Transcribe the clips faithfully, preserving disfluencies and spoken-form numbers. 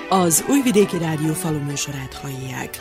Az Újvidéki Rádió faluműsorát hallják.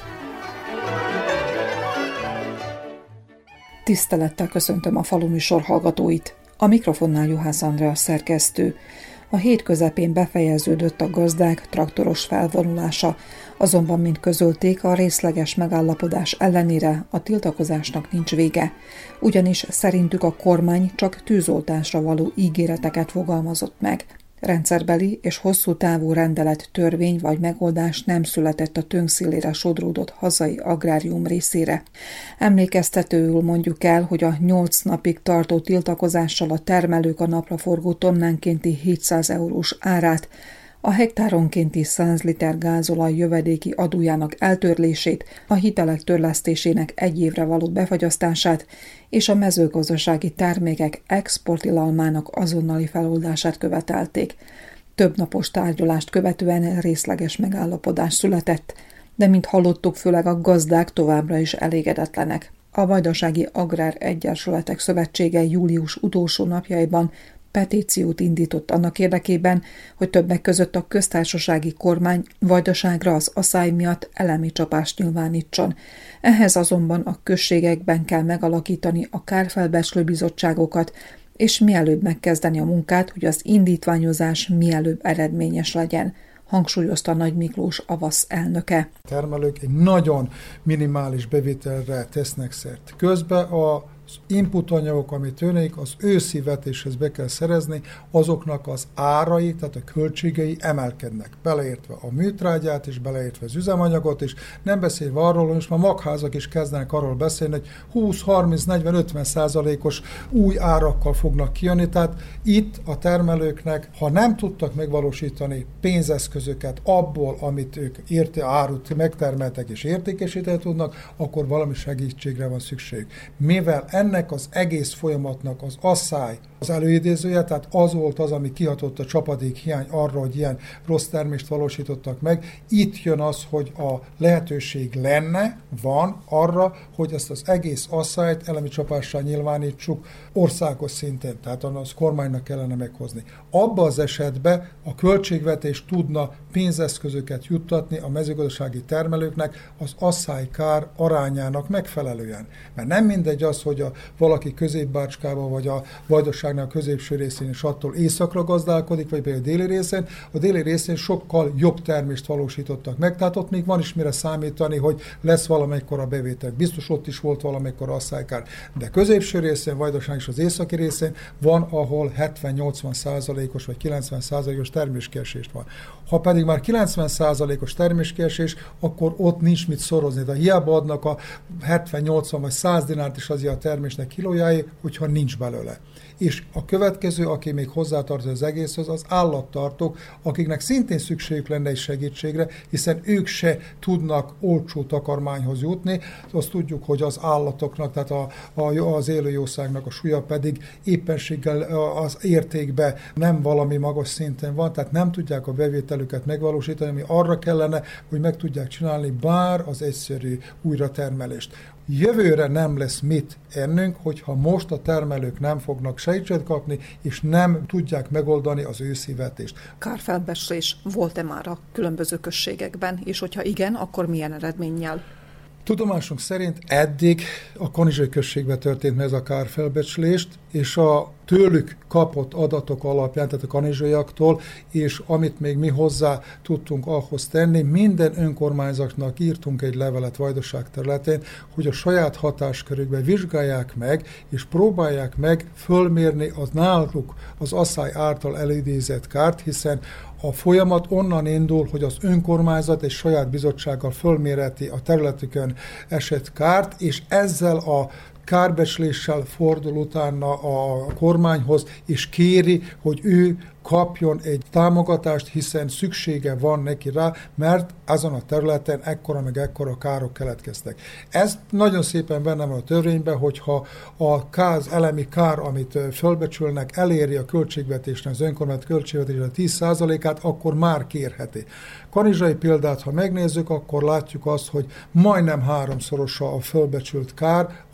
Tisztelettel köszöntöm a faluműsor hallgatóit. A mikrofonnál Juhász Andrea szerkesztő. A hét közepén befejeződött a gazdák traktoros felvonulása, azonban, mint közölték, a részleges megállapodás ellenére a tiltakozásnak nincs vége. Ugyanis szerintük a kormány csak tűzoltásra való ígéreteket fogalmazott meg. Rendszerbeli és hosszú távú rendelet, törvény vagy megoldás nem született a tönkszélére sodródott hazai agrárium részére. Emlékeztetőül mondjuk el, hogy a nyolc napig tartó tiltakozással a termelők a napraforgó tonnánkénti hétszáz eurós árát, a hektáronkénti száz liter gázolaj jövedéki adójának eltörlését, a hitelek törlesztésének egy évre való befagyasztását és a mezőgazdasági termékek exporttilalmának azonnali feloldását követelték. Több napos tárgyalást követően részleges megállapodás született, de mint hallottuk, főleg a gazdák továbbra is elégedetlenek. A Vajdasági Agrár Egyesületek Szövetsége július utolsó napjaiban petíciót indított annak érdekében, hogy többek között a köztársasági kormány Vajdaságra az aszály miatt elemi csapást nyilvánítson. Ehhez azonban a községekben kell megalakítani a kárfelbecslő bizottságokat, és mielőbb megkezdeni a munkát, hogy az indítványozás mielőbb eredményes legyen, hangsúlyozta Nagy Miklós AVASZ elnöke. A termelők egy nagyon minimális bevételre tesznek szert. Közben a az inputanyagok, amit tőleik, az őszi vetéshez be kell szerezni, azoknak az árai, tehát a költségei emelkednek, beleértve a műtrágyát és beleértve az üzemanyagot is, nem beszélve arról, hogy most már magházak is kezdenek arról beszélni, hogy húsz, harminc, negyven, ötven százalékos új árakkal fognak kijönni, tehát itt a termelőknek, ha nem tudtak megvalósítani pénzeszközöket abból, amit ők érte árut megtermeltek és értékesíteni tudnak, akkor valami segítségre van szükség. Mivel ennek az egész folyamatnak az asszály az előidézője, tehát az volt az, ami kihatott a csapadék hiány arra, hogy ilyen rossz termést valósítottak meg. Itt jön az, hogy a lehetőség lenne, van arra, hogy ezt az egész asszályt elemi csapással nyilvánítsuk országos szinten, tehát az kormánynak kellene meghozni. Abba az esetben a költségvetés tudna pénzeszközöket juttatni a mezőgazdasági termelőknek az asszálykár arányának megfelelően. Mert nem mindegy az, hogy a, valaki Közép-Bácskában vagy a Vajdaságnak a középső részén is attól északra gazdálkodik, vagy például a déli részén, a déli részén sokkal jobb termést valósítottak meg, tehát ott még van is mire számítani, hogy lesz valamikor a bevétel. Biztos ott is volt valamikor asszálykár. De középső részén, Vajdaság és az északi részén van, ahol hetven-nyolcvan százalékos vagy kilencven százalékos terméskiesés van. Ha pedig már kilencven százalékos terméskiesés, akkor ott nincs mit szorozni. De hiába adnak a hetven-nyolcvan vagy száz dinárt is azért a termésnek kilójáé, hogyha nincs belőle. És a következő, aki még hozzátartozik az egészhez, az állattartók, akiknek szintén szükségük lenne egy segítségre, hiszen ők se tudnak olcsó takarmányhoz jutni. Azt tudjuk, hogy az állatoknak, tehát a, a, az élőjószágnak a súlya pedig éppenséggel az értékben nem valami magas szinten van, tehát nem tudják a bevételüket megvalósítani, ami arra kellene, hogy meg tudják csinálni bár az egyszerű újratermelést. Jövőre nem lesz mit ennünk, hogyha most a termelők nem fognak segítséget kapni, és nem tudják megoldani az őszi vetést. Kárfelbecslés volt-e már a különböző községekben, és hogyha igen, akkor milyen eredménnyel? Tudomásunk szerint eddig a Kanizsai községben történt meg ez a kárfelbecslést, és a tőlük kapott adatok alapján, tehát a kanizsaiaktól, és amit még mi hozzá tudtunk ahhoz tenni, minden önkormányzatnak írtunk egy levelet Vajdaság területén, hogy a saját hatáskörükben vizsgálják meg, és próbálják meg fölmérni az náluk az asszály által elidézett kárt, hiszen a folyamat onnan indul, hogy az önkormányzat egy saját bizottsággal fölmérheti a területükön esett kárt, és ezzel a kárbecsléssel fordul utána a kormányhoz, és kéri, hogy ő kapjon egy támogatást, hiszen szüksége van neki rá, mert azon a területen ekkora meg ekkora károk keletkeztek. Ez nagyon szépen benne van a törvényben, hogyha a káz, elemi kár, amit fölbecsülnek, eléri a költségvetésnek, az önkormányzat költségvetésnek tíz százalékát, akkor már kérheti. Kanizsai példát, ha megnézzük, akkor látjuk azt, hogy majdnem háromszorosa a fölbecsült kár annak,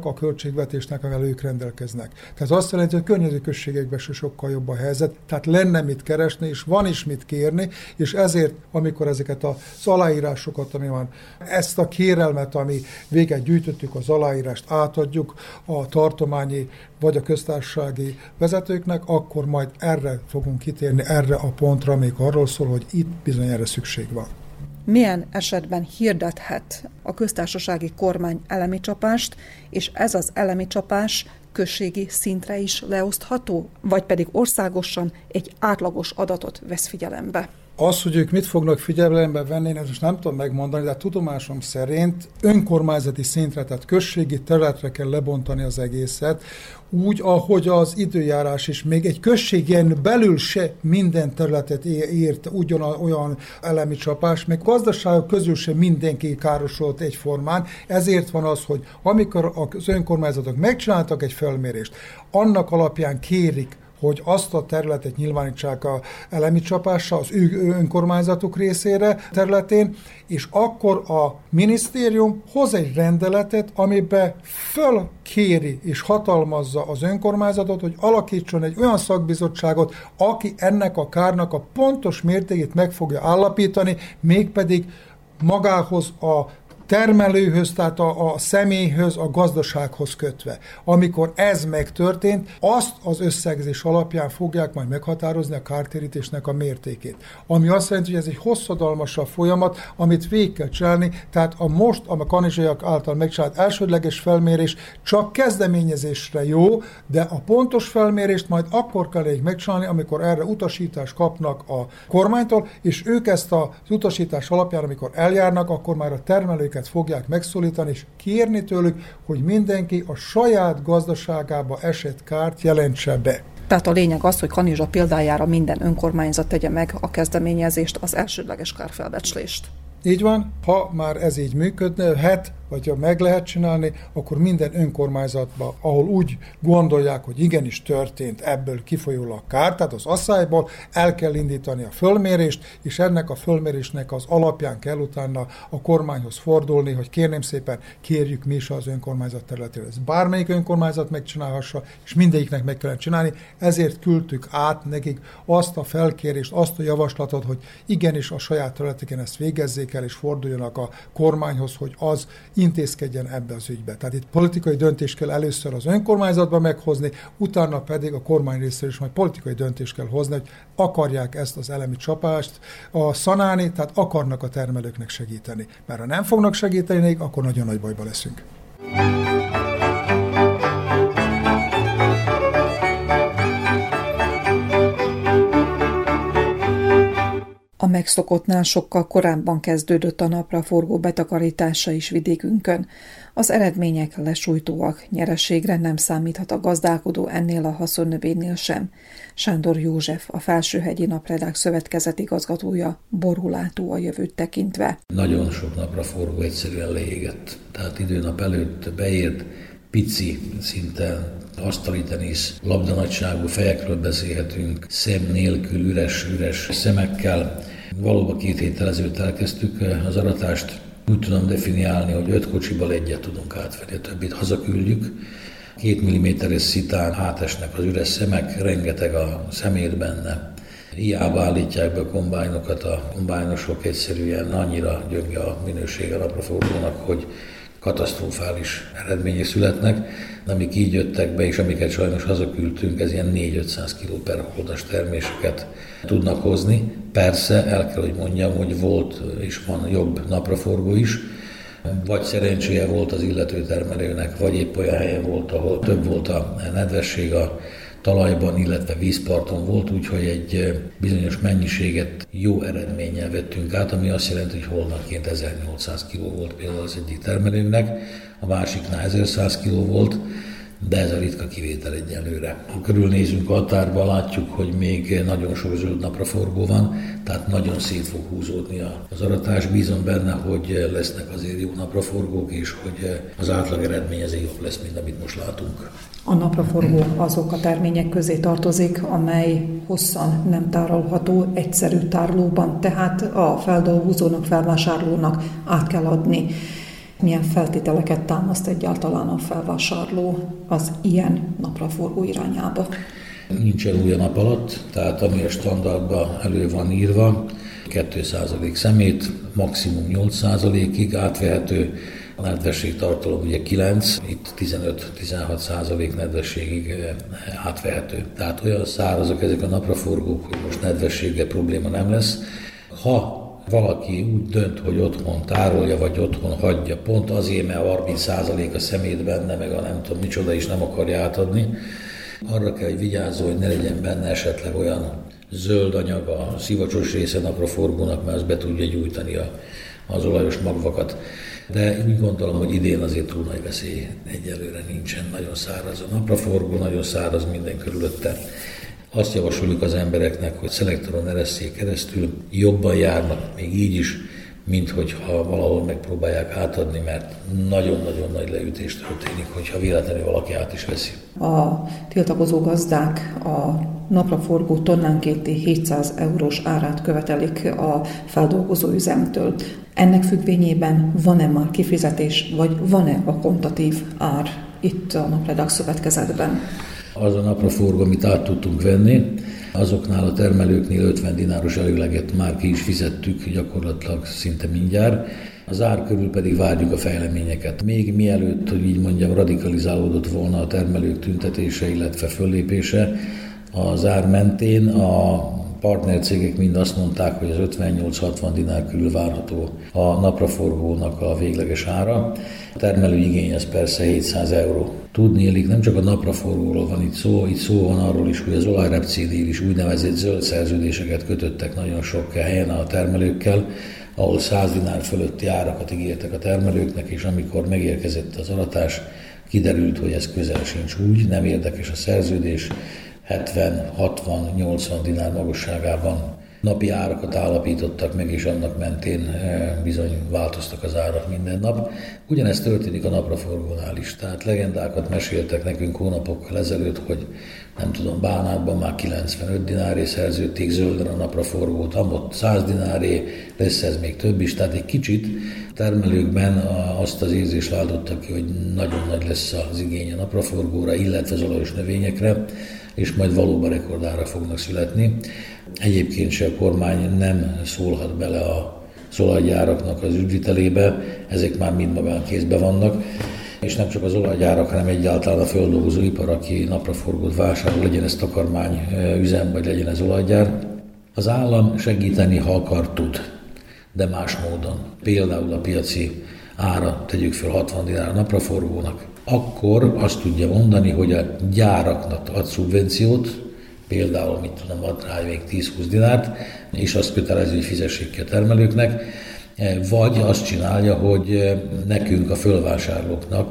a költségvetésnek, amivel ők rendelkeznek. Tehát azt jelenti, hogy a környező községekben se sokkal jobb a helyzet, tehát lenne mit keresni, és van is mit kérni, és ezért, amikor ezeket az aláírásokat, ami van, ezt a kérelmet, ami véget gyűjtöttük, az aláírást átadjuk a tartományi vagy a köztársasági vezetőknek, akkor majd erre fogunk kitérni, erre a pontra, még arról szól, hogy itt bizony erre szükség van. Milyen esetben hirdethet a köztársasági kormány elemi csapást, és ez az elemi csapás községi szintre is leosztható, vagy pedig országosan egy átlagos adatot vesz figyelembe? Az, hogy ők mit fognak figyelembe venni, ezt most nem tudom megmondani, de tudomásom szerint önkormányzati szintre, tehát községi területre kell lebontani az egészet, úgy, ahogy az időjárás is, még egy községen belül se minden területet ért ugyanolyan elemi csapás, meg gazdaságok közül se mindenki károsult egyformán, ezért van az, hogy amikor az önkormányzatok megcsináltak egy felmérést, annak alapján kérik, hogy azt a területet nyilvánítsák a elemi csapással az ő önkormányzatuk részére területén, és akkor a minisztérium hoz egy rendeletet, amiben fölkéri és hatalmazza az önkormányzatot, hogy alakítson egy olyan szakbizottságot, aki ennek a kárnak a pontos mértékét meg fogja állapítani, mégpedig magához a termelőhöz, tehát a, a személyhöz, a gazdasághoz kötve. Amikor ez megtörtént, azt az összegzés alapján fogják majd meghatározni a kártérítésnek a mértékét. Ami azt jelenti, hogy ez egy hosszadalmasabb folyamat, amit végig kell csinálni, tehát a most, a kanizsaiak által megcsinált elsődleges felmérés csak kezdeményezésre jó, de a pontos felmérést majd akkor kell egy megcsinálni, amikor erre utasítást kapnak a kormánytól, és ők ezt az utasítás alapján, amikor eljárnak, akkor már a termelőket fogják megszólítani, és kérni tőlük, hogy mindenki a saját gazdaságába esett kárt jelentse be. Tehát a lényeg az, hogy Kanizsa példájára minden önkormányzat tegye meg a kezdeményezést, az elsődleges kárfelbecslést. Így van, ha már ez így működhet, vagy ha meg lehet csinálni, akkor minden önkormányzatban, ahol úgy gondolják, hogy igenis történt ebből kifolyólag kár, tehát az asszályból el kell indítani a fölmérést, és ennek a fölmérésnek az alapján kell utána a kormányhoz fordulni, hogy kérném szépen, kérjük mi is az önkormányzat területére. Ez bármelyik önkormányzat megcsinálhassa, és mindegyiknek meg kellene csinálni, ezért küldtük át nekik azt a felkérést, azt a javaslatot, hogy igenis a saját területeken ezt végezzék el, és forduljanak a kormányhoz, hogy az intézkedjen ebbe az ügybe. Tehát itt politikai döntést kell először az önkormányzatban meghozni, utána pedig a kormány részéről is majd politikai döntést kell hozni, hogy akarják ezt az elemi csapást a szanálni, tehát akarnak a termelőknek segíteni. Mert ha nem fognak segíteni, akkor nagyon nagy bajba leszünk. A megszokottnál sokkal korábban kezdődött a napraforgó betakarítása is vidékünkön. Az eredmények lesújtóak, nyereségre nem számíthat a gazdálkodó ennél a haszonnövénynél sem. Sándor József, a Felsőhegyi Napredák Szövetkezet igazgatója, borulátó a jövőt tekintve. Nagyon sok napraforgó egyszerűen leégett. Tehát időnap előtt beért, pici, szinte asztali tenisz, labdanagyságú fejekről beszélhetünk, szem nélkül, üres, üres szemekkel. Valóban két héttel ezelőtt elkezdtük az aratást. Úgy tudom definiálni, hogy öt kocsival egyet tudunk átvenni, a többit hazaküldjük. Két milliméteres szitán átesnek az üres szemek, rengeteg a szemét benne. Hiába állítják be a kombájnokat, a kombájnosok egyszerűen annyira gyönge a minősége a napraforgónak, hogy katasztrofális eredmények születnek, amik így jöttek be, és amiket sajnos hazaküldtünk, ez ilyen négy-ötszáz kiló per holdas terméseket tudnak hozni. Persze, el kell, hogy mondjam, hogy volt és van jobb napraforgó is, vagy szerencséje volt az illető termelőnek, vagy épp olyan helyen volt, ahol több volt a nedvesség a talajban, illetve vízparton volt, úgyhogy egy bizonyos mennyiséget jó eredménnyel vettünk át, ami azt jelenti, hogy holnapként ezernyolcszáz kiló volt például az egyik termelőnknek, a másiknál ezerszáz kiló volt, de ez a ritka kivétel egyelőre. Ha körülnézünk a határba, látjuk, hogy még nagyon sok zöld napraforgó van, tehát nagyon szét fog húzódni az aratás. Bízom benne, hogy lesznek azért jó napraforgók, és hogy az átlag eredmény azért jobb lesz, mint amit most látunk. A napraforgó azok a termények közé tartozik, amely hosszan nem tárolható egyszerű tárolóban, tehát a feldolgozónak, felvásárlónak át kell adni. Milyen feltételeket támaszt egyáltalán a felvásárló az ilyen napraforgó irányába? Nincsen új a nap alatt, tehát ami a standardban elő van írva, két százalék szemét, maximum nyolc százalékig átvehető, a nedvességtartalom ugye kilenc, itt tizenöt-tizenhat százalék nedvességig átvehető. Tehát olyan szárazak ezek a napraforgók, hogy most nedvességgel probléma nem lesz. Ha valaki úgy dönt, hogy otthon tárolja, vagy otthon hagyja, pont azért, mert harminc százalék a szemét benne, meg a nem tudom micsoda is nem akarja átadni, arra kell, hogy vigyázzon, hogy ne legyen benne esetleg olyan zöld anyag a szivacsos része napraforgónak, mert az be tudja gyújtani a, az olajos magvakat. De úgy gondolom, hogy idén azért túl nagy veszély egyelőre nincsen. Nagyon száraz a napraforgó, nagyon száraz minden körülötte. Azt javasoljuk az embereknek, hogy szelektoron eresszék keresztül, jobban járnak még így is, mint hogyha valahol megpróbálják átadni, mert nagyon-nagyon nagy leütés történik, hogyha véletlenül valaki át is veszi. A tiltakozó gazdák a napraforgó tonnánkénti hétszáz eurós árát követelik a feldolgozó üzemtől. Ennek függvényében van-e már kifizetés, vagy van-e a kontatív ár itt a Napredag Szövetkezetben? Az a napraforgó, amit át tudtunk venni, azoknál a termelőknél ötven dináros előleget már ki is fizettük gyakorlatilag szinte mindjárt. Az ár körül pedig várjuk a fejleményeket. Még mielőtt, hogy így mondjam, radikalizálódott volna a termelők tüntetése, illetve föllépése, az ár mentén a partnercégek mind azt mondták, hogy az ötvennyolc-hatvan dinár körül várható a napraforgónak a végleges ára. A termelő igény ez persze hétszáz euró. Tudniillik, nem csak a napraforgóról van itt szó, itt szó van arról is, hogy az olajrepcénél is úgynevezett zöld szerződéseket kötöttek nagyon sok helyen a termelőkkel, ahol száz dinár fölötti árakat ígértek a termelőknek, és amikor megérkezett az aratás, kiderült, hogy ez közel sincs úgy, nem érdekes a szerződés, hetven, hatvan, nyolcvan dinár magasságában napi árakat állapítottak meg, és annak mentén bizony változtak az árak minden nap. Ugyanezt történik a napraforgónál is. Tehát legendákat meséltek nekünk hónapokkal ezelőtt, hogy nem tudom, Bánátban már kilencvenöt dináré szerződték zölden a napraforgót, amott száz dináré, lesz ez még több is. Tehát egy kicsit termelőkben azt az érzést váltottak ki, hogy nagyon nagy lesz az igény a napraforgóra, illetve az olajos növényekre, és majd valóban rekordára fognak születni. Egyébként se a kormány nem szólhat bele a olajgyáraknak az ügyvitelébe, ezek már mind magánkézben vannak, és nem csak az olajgyárak, hanem egyáltalán a földolgozó ipar, aki napraforgót vásárol, legyen ez takarmány üzem, vagy legyen ez olajgyár. Az állam segíteni, ha akar, tud, de más módon. Például a piaci ára, tegyük fel hatvan dinár napraforgónak, akkor azt tudja mondani, hogy a gyáraknak ad szubvenciót, például, mit tudom, ad rá még tíz-húsz dinárt, és azt kötelező, hogy fizessék ki a termelőknek, vagy azt csinálja, hogy nekünk, a fölvásárlóknak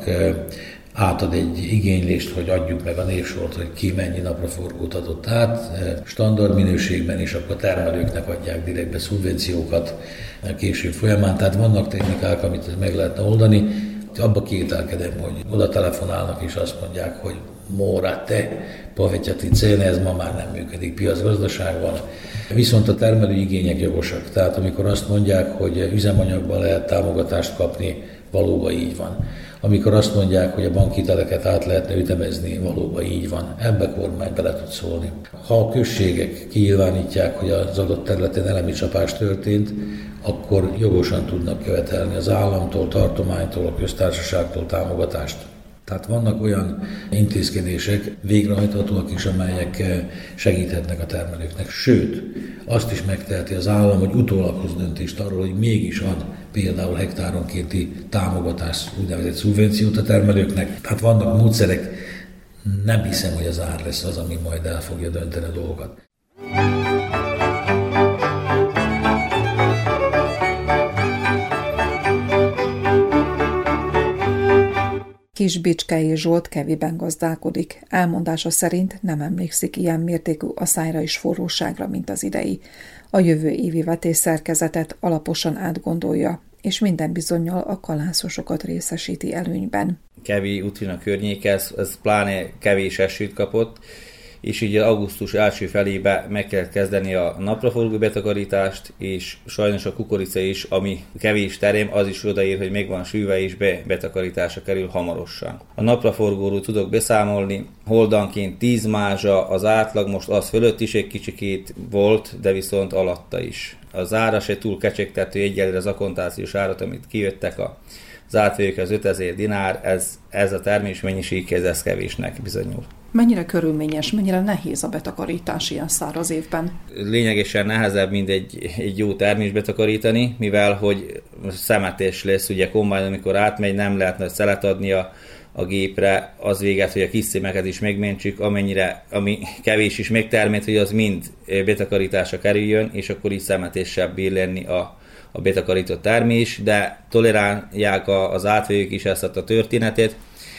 átad egy igénylést, hogy adjuk meg a névsort, hogy ki mennyi napraforgót adott át, standard minőségben, és akkor a termelőknek adják direktbe szubvenciókat később folyamán. Tehát vannak technikák, amit meg lehetne oldani. Abba kételkedem, hogy oda telefonálnak, és azt mondják, hogy móra te, pavetjati céne, ez ma már nem működik piacgazdaságban. Viszont a termelői igények jogosak. Tehát amikor azt mondják, hogy üzemanyagban lehet támogatást kapni, valóban így van. Amikor azt mondják, hogy a bankhiteleket át lehetne ütemezni, valóban így van. Ebbe kormány bele tud szólni. Ha a községek kinyilvánítják, hogy az adott területen elemi csapás történt, akkor jogosan tudnak követelni az államtól, tartománytól, a köztársaságtól támogatást. Tehát vannak olyan intézkedések, végrehajthatóak is, amelyek segíthetnek a termelőknek. Sőt, azt is megteheti az állam, hogy utólag hoz döntést arról, hogy mégis ad például hektáronkénti támogatást, úgynevezett szubvenciót a termelőknek. Tehát vannak módszerek, nem hiszem, hogy az ár lesz az, ami majd el fogja dönteni a dolgokat. Kisbicskei Zsolt Keviben gazdálkodik. Elmondása szerint nem emlékszik ilyen mértékű aszályra és forróságra, mint az idei. A jövő évi vetésszerkezetet alaposan átgondolja, és minden bizonnyal a kalászosokat részesíti előnyben. Kevi útvonal környéke, ez, ez pláne kevés esőt kapott, és így augusztus első felébe meg kell kezdeni a napraforgó betakarítást, és sajnos a kukorica is, ami kevés terem, az is odaér, hogy meg van sűve, és be, betakarítása kerül hamarosan. A napraforgóról tudok beszámolni, holdanként tíz mázsa, az átlag most az fölött is egy kicsikét volt, de viszont alatta is. Az ára se túl kecsegtető, egyelőre az akontációs árat, amit kijöttek a az átvéők, az ötezer dinár, ez, ez a termés mennyiséghez ez kevésnek bizonyul. Mennyire körülményes, mennyire nehéz a betakarítás ilyen száraz évben? Lényegesen nehezebb, mint egy, egy jó termés betakarítani, mivel hogy szemetés lesz, ugye kombány, amikor átmegy, nem lehet nagy szelet adni a, a gépre, az véget, hogy a kis szémeket is megmentsük, amennyire, ami kevés is megtermét, hogy az mind betakarításra kerüljön, és akkor így szemetéssel bír lenni a a betakarított termés, de tolerálják az átvéők is ezt a történetet,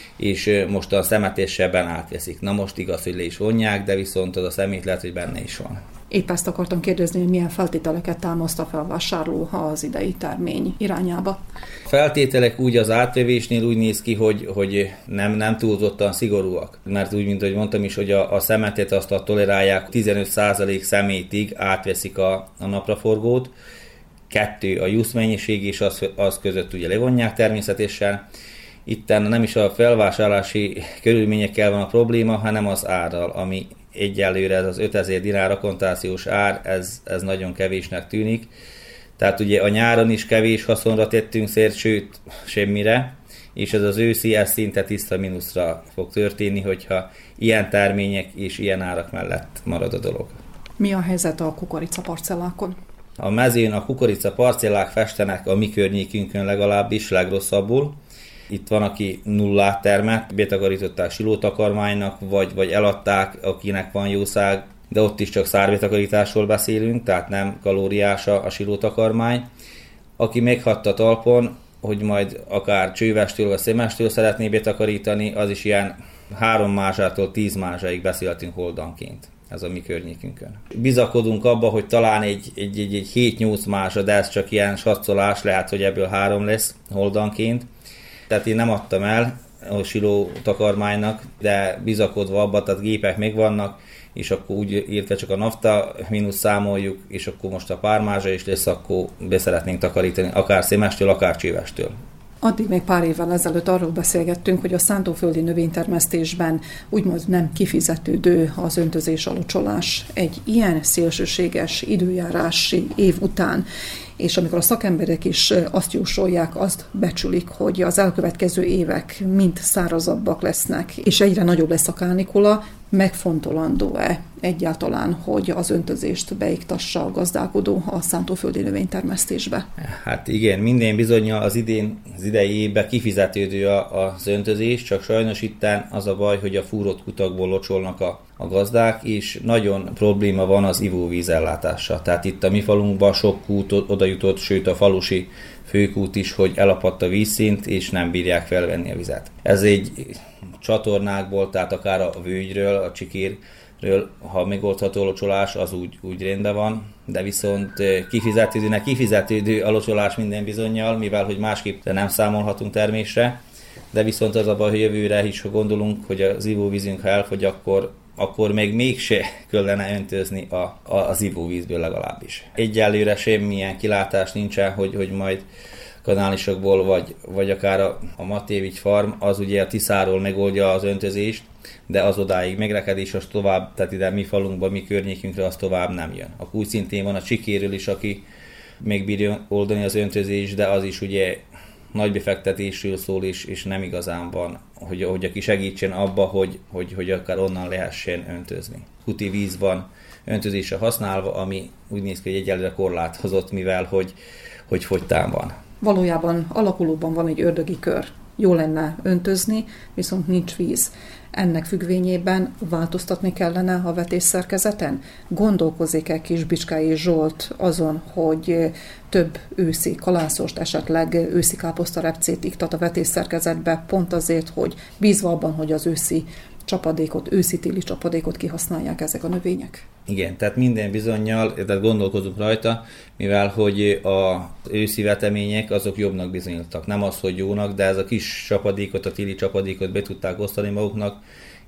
és most a szemetésebben átveszik. Na most igaz, hogy le is vonják, de viszont az a szemét lehet, hogy benne is van. Épp ezt akartam kérdezni, hogy milyen feltételeket támaszt a felvásárló az idei termény irányába. A feltételek úgy az átvevésnél úgy néz ki, hogy, hogy nem, nem túlzottan szigorúak. Mert úgy, mint ahogy mondtam is, hogy a, a szemetet azt a tolerálják, tizenöt százalék szemétig átveszik a, a napraforgót, kettő a jusz mennyiség, és az, az között ugye levonják természetesen. Itten nem is a felvásárlási körülményekkel van a probléma, hanem az árral, ami egyelőre ez az ötezer dinár akontációs ár, ez, ez nagyon kevésnek tűnik. Tehát ugye a nyáron is kevés haszonra tettünk szert, sőt semmire, és ez az őszi, ez szinte tiszta mínuszra fog történni, hogyha ilyen termények és ilyen árak mellett marad a dolog. Mi a helyzet a kukorica parcellákon? A mezőn a kukorica parcellák festenek a mi környékünkön legalábbis legrosszabbul. Itt van, aki nullát termett, betakarították silótakarmánynak, vagy, vagy eladták, akinek van jószág, de ott is csak szárbetakarításról beszélünk, tehát nem kalóriás a silótakarmány. Aki meghatta talpon, hogy majd akár csővestől vagy szemestől szeretné betakarítani, az is ilyen három mázsától tíz mázsáig beszéltünk holdanként. Ez a mi környékünkön. Bizakodunk abba, hogy talán egy, egy, egy, egy hét-nyolc mázsa, de ez csak ilyen satszolás, lehet, hogy ebből három lesz holdanként. Tehát én nem adtam el a siló takarmánynak, de bizakodva abba, tehát gépek megvannak, és akkor úgy írtve csak a nafta mínusz számoljuk, és akkor most a pár mázsa is lesz, akkor be szeretnénk takarítani, akár szémestől, akár csővestől. Addig még pár évvel ezelőtt arról beszélgettünk, hogy a szántóföldi növénytermesztésben úgymond nem kifizetődő az öntözés, a locsolás. Egy ilyen szélsőséges időjárási év után, és amikor a szakemberek is azt jósolják, azt becsülik, hogy az elkövetkező évek mind szárazabbak lesznek, és egyre nagyobb lesz a kánikula, megfontolandó-e egyáltalán, hogy az öntözést beiktassa a gazdálkodó a szántóföldi növénytermesztésbe? Hát igen, minden bizonnyal az idén, az idei évben kifizetődő az öntözés, csak sajnos itten az a baj, hogy a fúrott kutakból locsolnak a, a gazdák, és nagyon probléma van az ivóvízellátása. Tehát itt a mi falunkban sok kút oda jutott, sőt a falusi főkút is, hogy elapadt a vízszint, és nem bírják felvenni a vizet. Ez egy csatornákból, tehát akár a völgyről, a csikérről, ha megoldható locsolás, az úgy, úgy rendben van, de viszont kifizetődőnek kifizetődő a locsolás minden bizonnyal, mivel hogy másképp nem számolhatunk termésre, de viszont az a baj, hogy jövőre is, ha gondolunk, hogy az ivóvízünk, ha elfogy, akkor, akkor még mégse kellene öntözni a, a, az ivóvízből legalábbis. Egyelőre semmilyen kilátás nincsen, hogy, hogy majd kanálisokból, vagy, vagy akár a, a Matévics farm, az ugye a Tiszáról megoldja az öntözést, de az odáig megrekedés, az tovább, tehát ide mi falunkban, mi környékünkre, az tovább nem jön. A úgy szintén van a Csikéről is, aki megbírja oldani az öntözést, de az is ugye nagy befektetésről szól, és, és nem igazán van, hogy, hogy aki segítsen abba, hogy, hogy, hogy akár onnan lehessen öntözni. Kuti víz van öntözésre használva, ami úgy néz ki, hogy egyelőre korlátozott, mivel hogy, hogy fogytán van. Valójában alakulóban van egy ördögi kör. Jó lenne öntözni, viszont nincs víz. Ennek függvényében változtatni kellene a vetésszerkezeten? Gondolkozik-e Kisbicskái Zsolt azon, hogy több őszi kalászost, esetleg őszi káposztarepcét iktat a vetésszerkezetbe, pont azért, hogy bízva abban, hogy az őszi csapadékot, őszi-téli csapadékot kihasználják ezek a növények? Igen, tehát minden bizonnyal, tehát gondolkozunk rajta, mivel hogy az őszi vetemények azok jobbnak bizonyultak. Nem az, hogy jónak, de ez a kis csapadékot, a téli csapadékot be tudták osztani maguknak,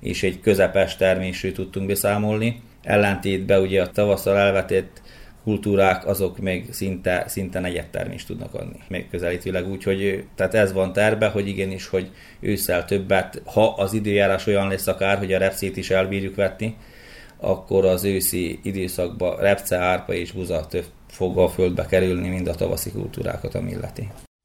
és egy közepes termésről tudtunk beszámolni. Ellentétben ugye a tavasszal elvetett kultúrák azok még szinte, szinte negyedtermést tudnak adni, még közelítőleg úgy, hogy tehát ez van terve, hogy igenis, hogy ősszel többet, ha az időjárás olyan lesz akár, hogy a repcét is elbírjuk vetni, akkor az őszi időszakban repce, árpa és buza több fog a földbe kerülni, mind a tavaszi kultúrákat, ami illeti.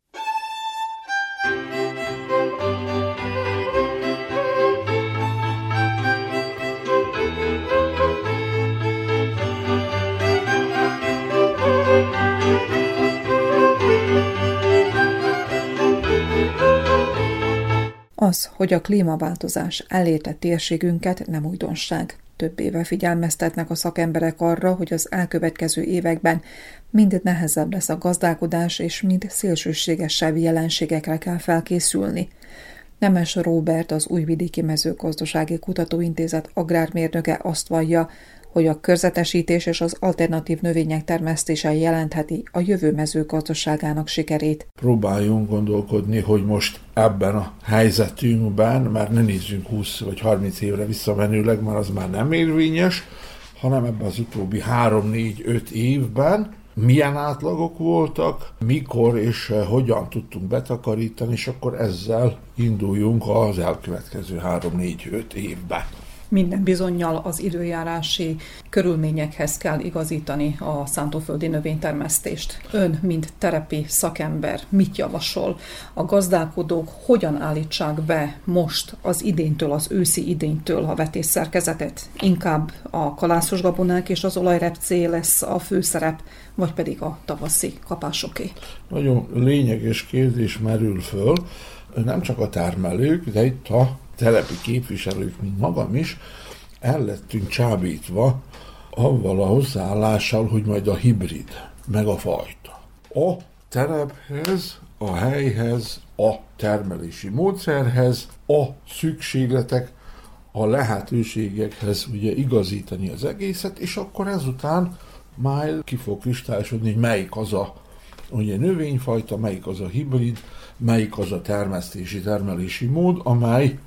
Az, hogy a klímaváltozás elérte térségünket, nem újdonság. Több éve figyelmeztetnek a szakemberek arra, hogy az elkövetkező években mind nehezebb lesz a gazdálkodás, és mind szélsőségesebb jelenségekre kell felkészülni. Nemes Róbert, az Újvidéki Mezőgazdasági Kutatóintézet agrármérnöke azt vallja, hogy a körzetesítés és az alternatív növények termesztése jelentheti a jövő mezőgazdaságának sikerét. Próbáljunk gondolkodni, hogy most ebben a helyzetünkben, már ne nézzünk húsz vagy harminc évre visszamenőleg, mert az már nem érvényes, hanem ebben az utóbbi három négy öt évben milyen átlagok voltak, mikor és hogyan tudtunk betakarítani, és akkor ezzel induljunk az elkövetkező három négy öt évben. Minden bizonnyal az időjárási körülményekhez kell igazítani a szántóföldi növénytermesztést. Ön, mint terepi szakember, mit javasol? A gazdálkodók hogyan állítsák be most az idéntől, az őszi idénytől a vetésszerkezetet? Inkább a kalászos gabonák és az olajrepcé lesz a főszerep, vagy pedig a tavaszi kapásoké? Nagyon lényeges kérdés merül föl, nem csak a termelők, de itt a telepi képviselők, mint magam is, el lettünk csábítva avval a hozzáállással, hogy majd a hibrid, meg a fajta. A terephez, a helyhez, a termelési módszerhez, a szükségletek, a lehetőségekhez ugye igazítani az egészet, és akkor ezután már ki fog kristályosodni, hogy melyik az a ugye növényfajta, melyik az a hibrid, melyik az a termesztési, termelési mód, amely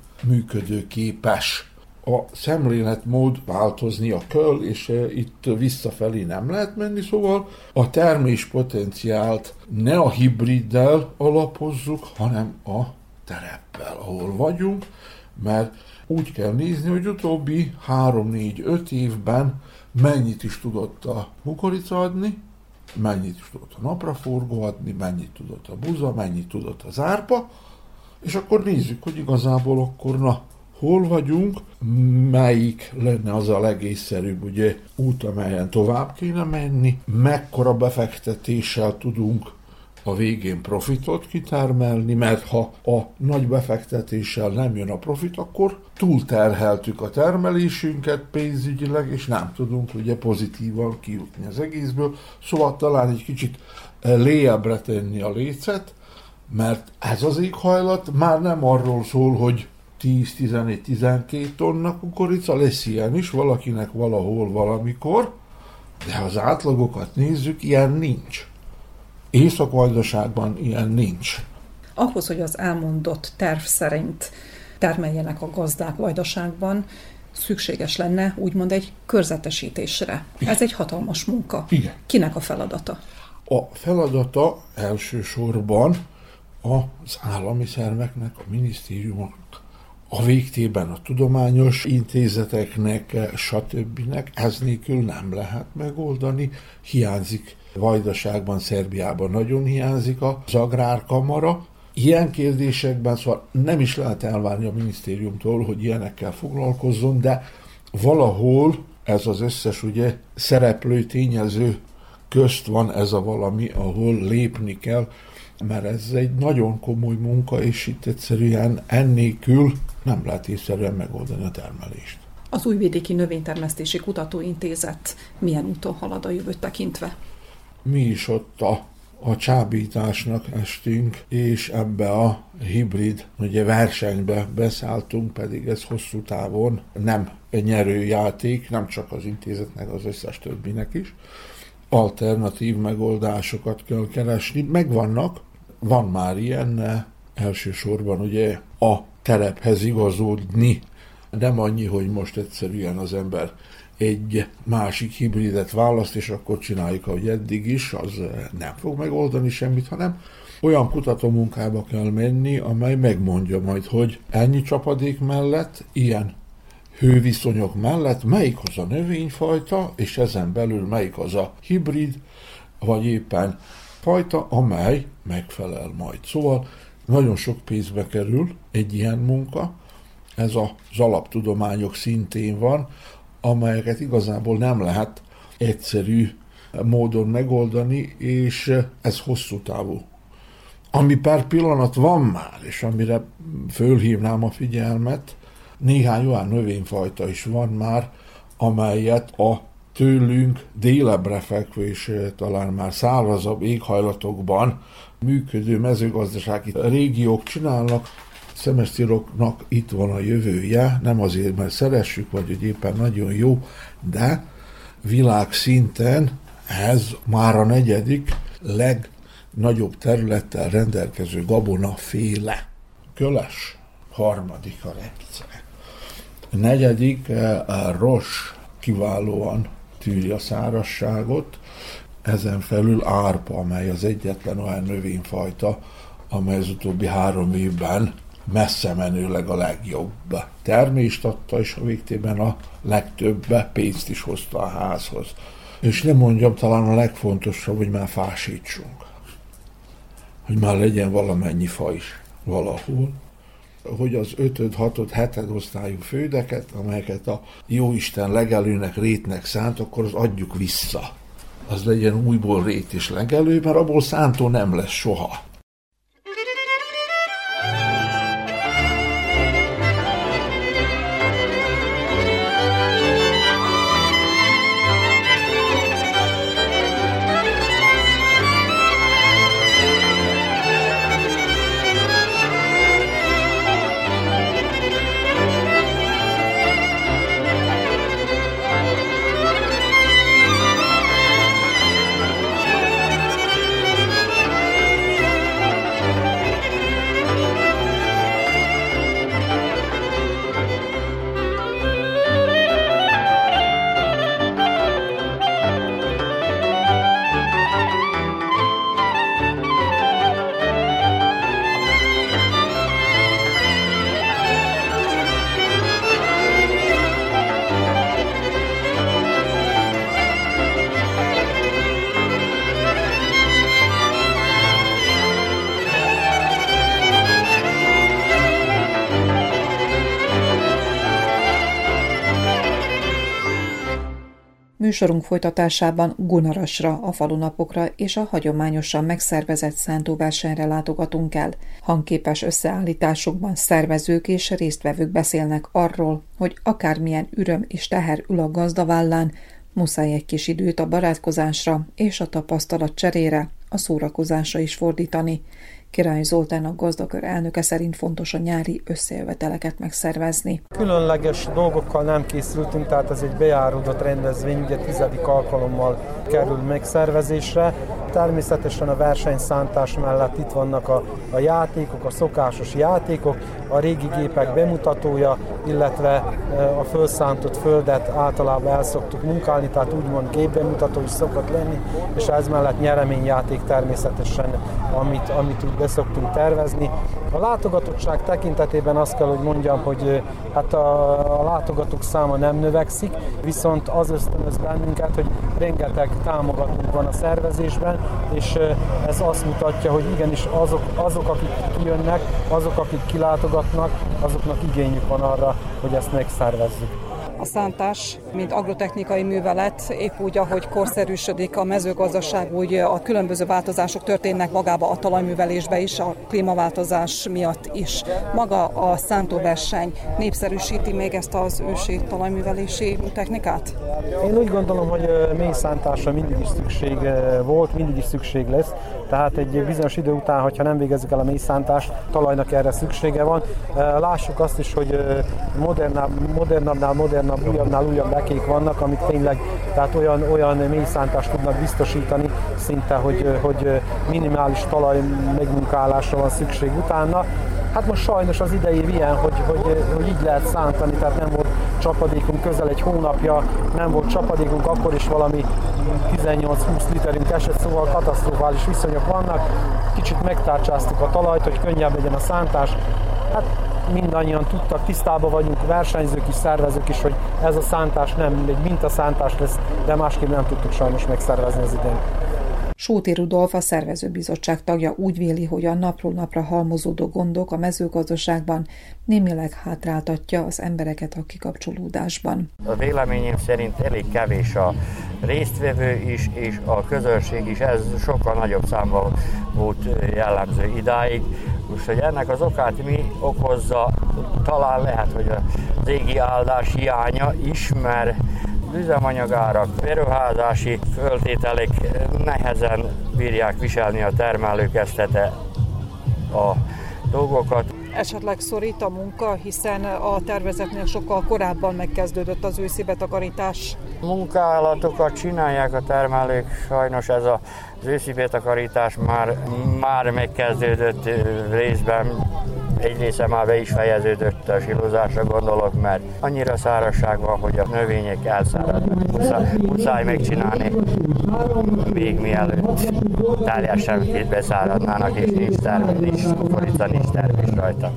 működőképes. A szemléletmód változnia kell, és itt visszafelé nem lehet menni, szóval a termés potenciált ne a hibriddel alapozzuk, hanem a tereppel, ahol vagyunk, mert úgy kell nézni, hogy utóbbi három négy öt évben mennyit is tudott a kukorica adni, mennyit is tudott a napraforgó adni, mennyit tudott a buza, mennyit tudott az árpa, és akkor nézzük, hogy igazából akkor na, hol vagyunk, melyik lenne az a legészszerűbb ugye, út, amelyen tovább kéne menni, mekkora befektetéssel tudunk a végén profitot kitermelni, mert ha a nagy befektetéssel nem jön a profit, akkor túlterheltük a termelésünket pénzügyileg, és nem tudunk ugye pozitívan kijutni az egészből. Szóval talán egy kicsit léjebbre tenni a lécet, mert ez az éghajlat már nem arról szól, hogy tíz tizenegy tizenkét tonna kukorica, lesz ilyen is, valakinek valahol valamikor, de ha az átlagokat nézzük, ilyen nincs. Észak-Vajdaságban ilyen nincs. Ahhoz, hogy az elmondott terv szerint termeljenek a gazdák Vajdaságban, szükséges lenne úgymond egy körzetesítésre. Igen. Ez egy hatalmas munka. Igen. Kinek a feladata? A feladata elsősorban az állami szerveknek, a minisztériumoknak, a végtében a tudományos intézeteknek, stb. Ez nélkül nem lehet megoldani. Hiányzik Vajdaságban, Szerbiában nagyon hiányzik az agrárkamara. Ilyen kérdésekben szóval nem is lehet elvárni a minisztériumtól, hogy ilyenekkel foglalkozzon, de valahol ez az összes ugye szereplő, tényező közt van ez a valami, ahol lépni kell, mert ez egy nagyon komoly munka, és itt egyszerűen ennélkül nem lehet észszerűen megoldani a termelést. Az Újvidéki Növénytermesztési Kutatóintézet milyen úton halad a jövőt tekintve? Mi is ott a, a csábításnak estünk, és ebbe a hibrid ugye versenybe beszálltunk, pedig ez hosszú távon nem nyerőjáték, nem csak az intézetnek, az összes többinek is. Alternatív megoldásokat kell keresni, megvannak, van már ilyen, elsősorban ugye a terephez igazodni Nem annyi, hogy most egyszerűen az ember egy másik hibridet választ, és akkor csináljuk, ahogy eddig is, az nem fog megoldani semmit, hanem olyan kutatómunkába kell menni, amely megmondja majd, hogy ennyi csapadék mellett, ilyen hőviszonyok mellett melyik az a növényfajta, és ezen belül melyik az a hibrid, vagy éppen fajta, amely megfelel majd. Szóval nagyon sok pénzbe kerül egy ilyen munka, ez az alaptudományok szintén van, amelyeket igazából nem lehet egyszerű módon megoldani, és ez hosszú távú. Ami per pillanat van már, és amire fölhívnám a figyelmet, néhány olyan növényfajta is van már, amelyet a tőlünk délebbre fekvő és talán már szárazabb éghajlatokban működő mezőgazdasági régiók csinálnak. Szemesztiroknak itt van a jövője, nem azért, mert szeressük, vagy hogy éppen nagyon jó, de világszinten ez már a negyedik legnagyobb területtel rendelkező gabonaféle. Köles, harmadik a repce. A negyedik a ros kiválóan tűri a szárazságot, ezen felül árpa, amely az egyetlen olyan növényfajta, amely az utóbbi három évben messze menőleg a legjobb termést adta, és a végtében a legtöbb pénzt is hozta a házhoz. És nem mondjam, talán a legfontosabb, hogy már fásítsunk. Hogy már legyen valamennyi fa is valahol. Hogy az ötöd, hatod, heted osztályú földeket, amelyeket a jóisten legelőnek, rétnek szánt, akkor az adjuk vissza. Az legyen újból rét és legelő, mert abból szántó nem lesz soha. Műsorunk folytatásában Gunarasra, a falunapokra és a hagyományosan megszervezett szántóversenyre látogatunk el. Hangképes összeállításokban szervezők és résztvevők beszélnek arról, hogy akármilyen üröm és teher ül a gazda vállán, muszáj egy kis időt a barátkozásra és a tapasztalat cserére, a szórakozásra is fordítani. Király Zoltán, a gazdakör elnöke szerint fontos a nyári összejöveteleket megszervezni. Különleges dolgokkal nem készültünk, tehát ez egy bejáródott rendezvény, ugye tizedik alkalommal kerül megszervezésre. Természetesen a versenyszántás mellett itt vannak a, a játékok, a szokásos játékok, a régi gépek bemutatója, illetve a fölszántott földet általában el szoktuk munkálni, tehát úgymond gépbemutató is szokott lenni, és ez mellett nyereményjáték természetesen, amit, amit úgy be szoktunk tervezni. A látogatottság tekintetében azt kell, hogy mondjam, hogy hát a, a látogatók száma nem növekszik, viszont az ösztönöz bennünket, hogy rengeteg támogatónk van a szervezésben, és ez azt mutatja, hogy igenis azok, azok akik kijönnek, azok, akik kilátogatnak, azoknak igényük van arra, hogy ezt megszervezzük. A szántás, mint agrotechnikai művelet, épp úgy, ahogy korszerűsödik a mezőgazdaság, úgy a különböző változások történnek magába a talajművelésbe is, a klímaváltozás miatt is. Maga a szántóverseny népszerűsíti még ezt az ősi talajművelési technikát? Én úgy gondolom, hogy mélyszántásra mindig is szükség volt, mindig is szükség lesz. Tehát egy bizonyos idő után, hogyha nem végezzük el a mélyszántást, talajnak erre szüksége van. Lássuk azt is, hogy modernabb, modernabbnál modernabb, újabbnál újabb lekék vannak, amik tényleg tehát olyan, olyan mélyszántást tudnak biztosítani, szinte, hogy, hogy minimális talaj megmunkálásra van szükség utána. Hát most sajnos az idei ilyen, hogy, hogy, hogy így lehet szántani, tehát nem volt csapadékunk közel egy hónapja, nem volt csapadékunk, akkor is valami tizennyolc-húsz literünk esett, szóval katasztrofális viszonyok vannak. Kicsit megtárcsáztuk a talajt, hogy könnyebb legyen a szántás. Hát mindannyian tudtak, tisztában vagyunk, versenyzők is, szervezők is, hogy ez a szántás nem egy mintaszántás lesz, de másképp nem tudtuk sajnos megszervezni az idén. Sóti Rudolf, a szervezőbizottság tagja úgy véli, hogy a napról napra halmozódó gondok a mezőgazdaságban némileg hátráltatja az embereket a kikapcsolódásban. A véleményem szerint elég kevés a résztvevő is, és a közönség is, ez sokkal nagyobb számban volt jellemző idáig. Most, hogy ennek az okát mi okozza, talán lehet, hogy az égi áldás hiánya is, mert üzemanyagárak, beruházási föltételek nehezen bírják viselni a termelők eztete a dolgokat. Esetleg szorít a munka, hiszen a tervezetnél sokkal korábban megkezdődött az őszi betakarítás. Munkálatokat csinálják a termelők, sajnos ez az őszi betakarítás már, már megkezdődött részben. Egy része már be is fejeződött, a silózásra gondolok, mert annyira szárazság van, hogy a növények elszáradnak. Muszáj, muszáj megcsinálni, még mielőtt teljesen beszáradnának, és nincs termés, kukorica nincs termés rajta.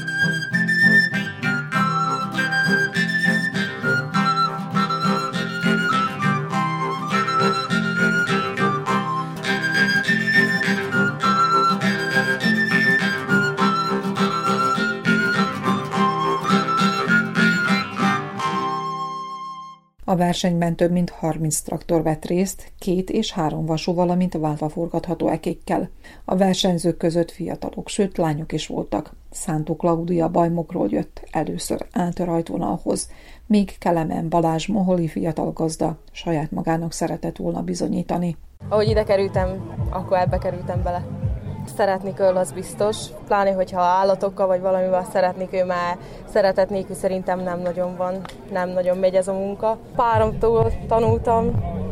A versenyben több mint harminc traktor vett részt, két és három vasú, valamint váltva forgatható ekékkel. A versenyzők között fiatalok, sőt lányok is voltak. Szántó Klaudia Bajmokról jött először át a rajtvonalhoz, míg Kelemen Balázs moholi fiatal gazda saját magának szeretett volna bizonyítani. Ahogy ide kerültem, akkor ebbe kerültem bele. Szeretnék ő, az biztos, pláne hogyha állatokkal vagy valamivel szeretnék ő, már szeretet nélkül szerintem nem nagyon van, nem nagyon megy ez a munka. Páromtól tanultam,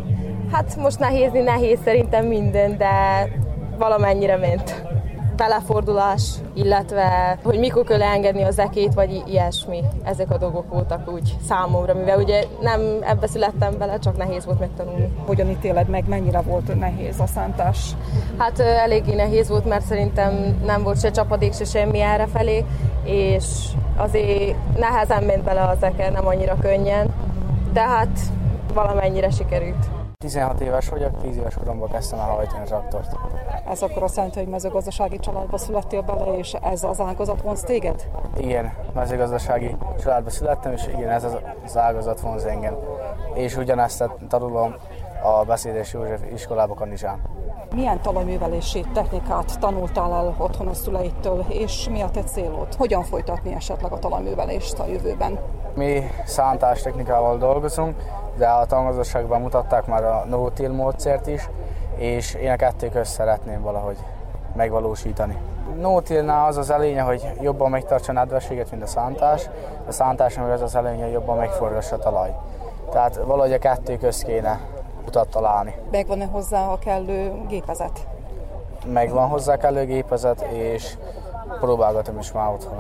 hát most nehézni nehéz szerintem minden, de valamennyire ment. Belefordulás, illetve hogy mikor kell engedni az ekét, vagy ilyesmi. Ezek a dolgok voltak úgy számomra, mivel ugye nem ebbe születtem bele, csak nehéz volt megtanulni. Hogyan ítéled meg, mennyire volt nehéz a szántás? Hát eléggé nehéz volt, mert szerintem nem volt se csapadék, se semmi errefelé, és azért nehezen ment bele az eke, nem annyira könnyen, de hát valamennyire sikerült. tizenhat éves vagyok, tíz éves koromban kezdtem el hajtani a traktort. Ez akkor azt jelenti, hogy mezőgazdasági családba születtél bele, és ez az ágazat vonz téged? Igen, mezőgazdasági családba születtem, és igen, ez az ágazat vonz engem. És ugyanezt tanulom a Beszédes József iskolában Kanizsán. Milyen talajművelési technikát tanultál el otthon a szüleitől, és mi a te célod? Hogyan folytatni esetleg a talajművelést a jövőben? Mi szántás technikával dolgozunk, de a tanulmányozásokban mutatták már a no-till módszert is, és én a kettő közt szeretném valahogy megvalósítani. No-tillnál az az előnye, hogy jobban megtartsa a nedvességet, mint a szántás, a szántásnak az az előnye, hogy jobban megforgassa a talaj. Tehát valahogy a kettő közt kéne utat találni. Megvan-e hozzá a kellő gépezet? Megvan hozzá a kellő gépezet, és próbálgatom is már otthon.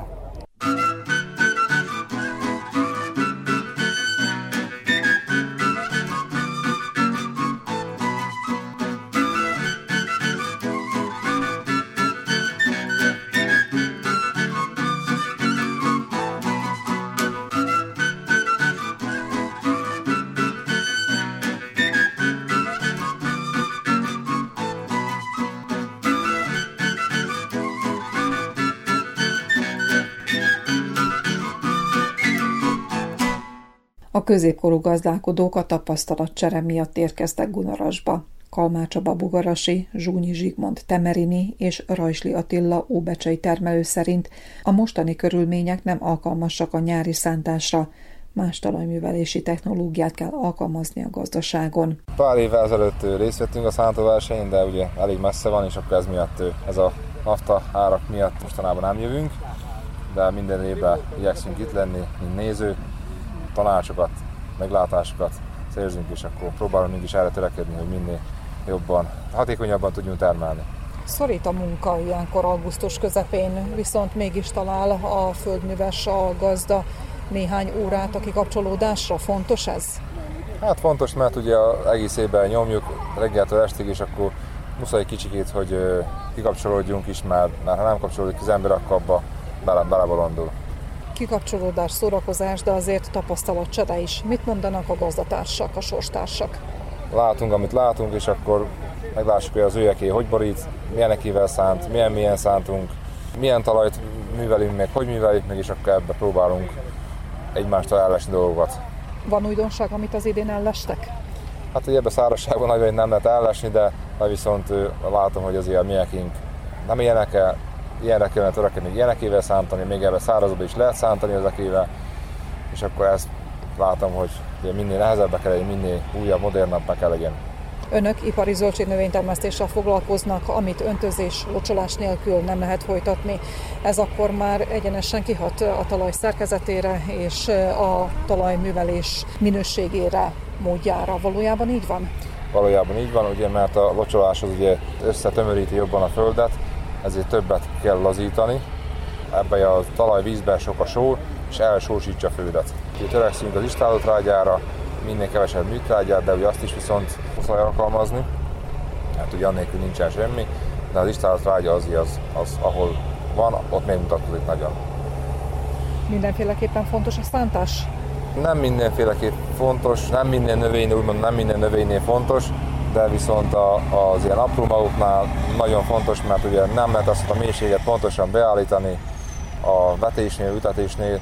A középkorú gazdálkodók a tapasztalatcsere miatt érkeztek Gunarasba. Kalmár Csaba Bugarasi, Zsúnyi Zsigmond Temerini és Rajsli Attila óbecsei termelő szerint a mostani körülmények nem alkalmasak a nyári szántásra, más talajművelési technológiát kell alkalmazni a gazdaságon. Pár évvel ezelőtt részt vettünk a szántóversenyen, de ugye elég messze van, és akkor ez miatt, ez a nafta árak miatt mostanában nem jövünk, de minden évben igyekszünk itt lenni, mint néző, tanácsokat, meglátásokat szerzünk, és akkor próbálunk mégis erre törekedni, hogy minél jobban, hatékonyabban tudjunk termelni. Szorít a munka ilyenkor augusztus közepén, viszont mégis talál a földműves, a gazda néhány órát a kikapcsolódásra. Fontos ez? Hát fontos, mert ugye egész évben nyomjuk reggeltől estig, és akkor muszáj kicsikét, hogy kikapcsolódjunk is, mert, mert ha nem kapcsolódik az ember, akkor abba bele, belebolondul. Kikapcsolódás, szórakozás, de azért tapasztalatcsere is. Mit mondanak a gazdatársak, a sorstársak? Látunk, amit látunk, és akkor meglássuk, hogy az őjeké hogy borít, milyenekével szánt, milyen milyen szántunk, milyen talajt művelünk meg, hogy műveljük meg, és akkor ebbe próbálunk egymástól ellesni dolgokat. Van újdonság, amit az idén ellestek? Hát ugye ebben a szárazságban nagyon nem lehet ellesni, de, de viszont látom, hogy azért a miekénk nem ilyenek, ilyenre kellene törekedni, még ilyenekével szántani, még ebben szárazban is lehet szántani ezekével, és akkor ezt látom, hogy minél nehezebbe kell legyen, minél újabb, modernabbnak kell legyen. Önök ipari zöldségnövénytermesztéssel foglalkoznak, amit öntözés, locsolás nélkül nem lehet folytatni. Ez akkor már egyenesen kihat a talaj szerkezetére és a talajművelés minőségére, módjára. Valójában így van? Valójában így van, ugye, mert a locsolás az ugye összetömöríti jobban a földet, ezért többet kell lazítani. Ebben a talajvízben sok a só, és elsósítsa a földet. Ugye törekszünk az istállótrágyára, minél kevesebb műtrágyát, de ugye azt is viszont muszáj alkalmazni. Hát ugye annélkül nincsen semmi, de az istállótrágya az, az, az, ahol van, ott megmutatkozik nagyon. Mindenféleképpen fontos a szántás? Nem mindenféleképp fontos, nem minden növénynél, úgymond nem minden növénynél fontos, de viszont a, az ilyen apró magoknál nagyon fontos, mert ugye nem lehet azt a mélységet pontosan beállítani a vetésnél, ütetésnél,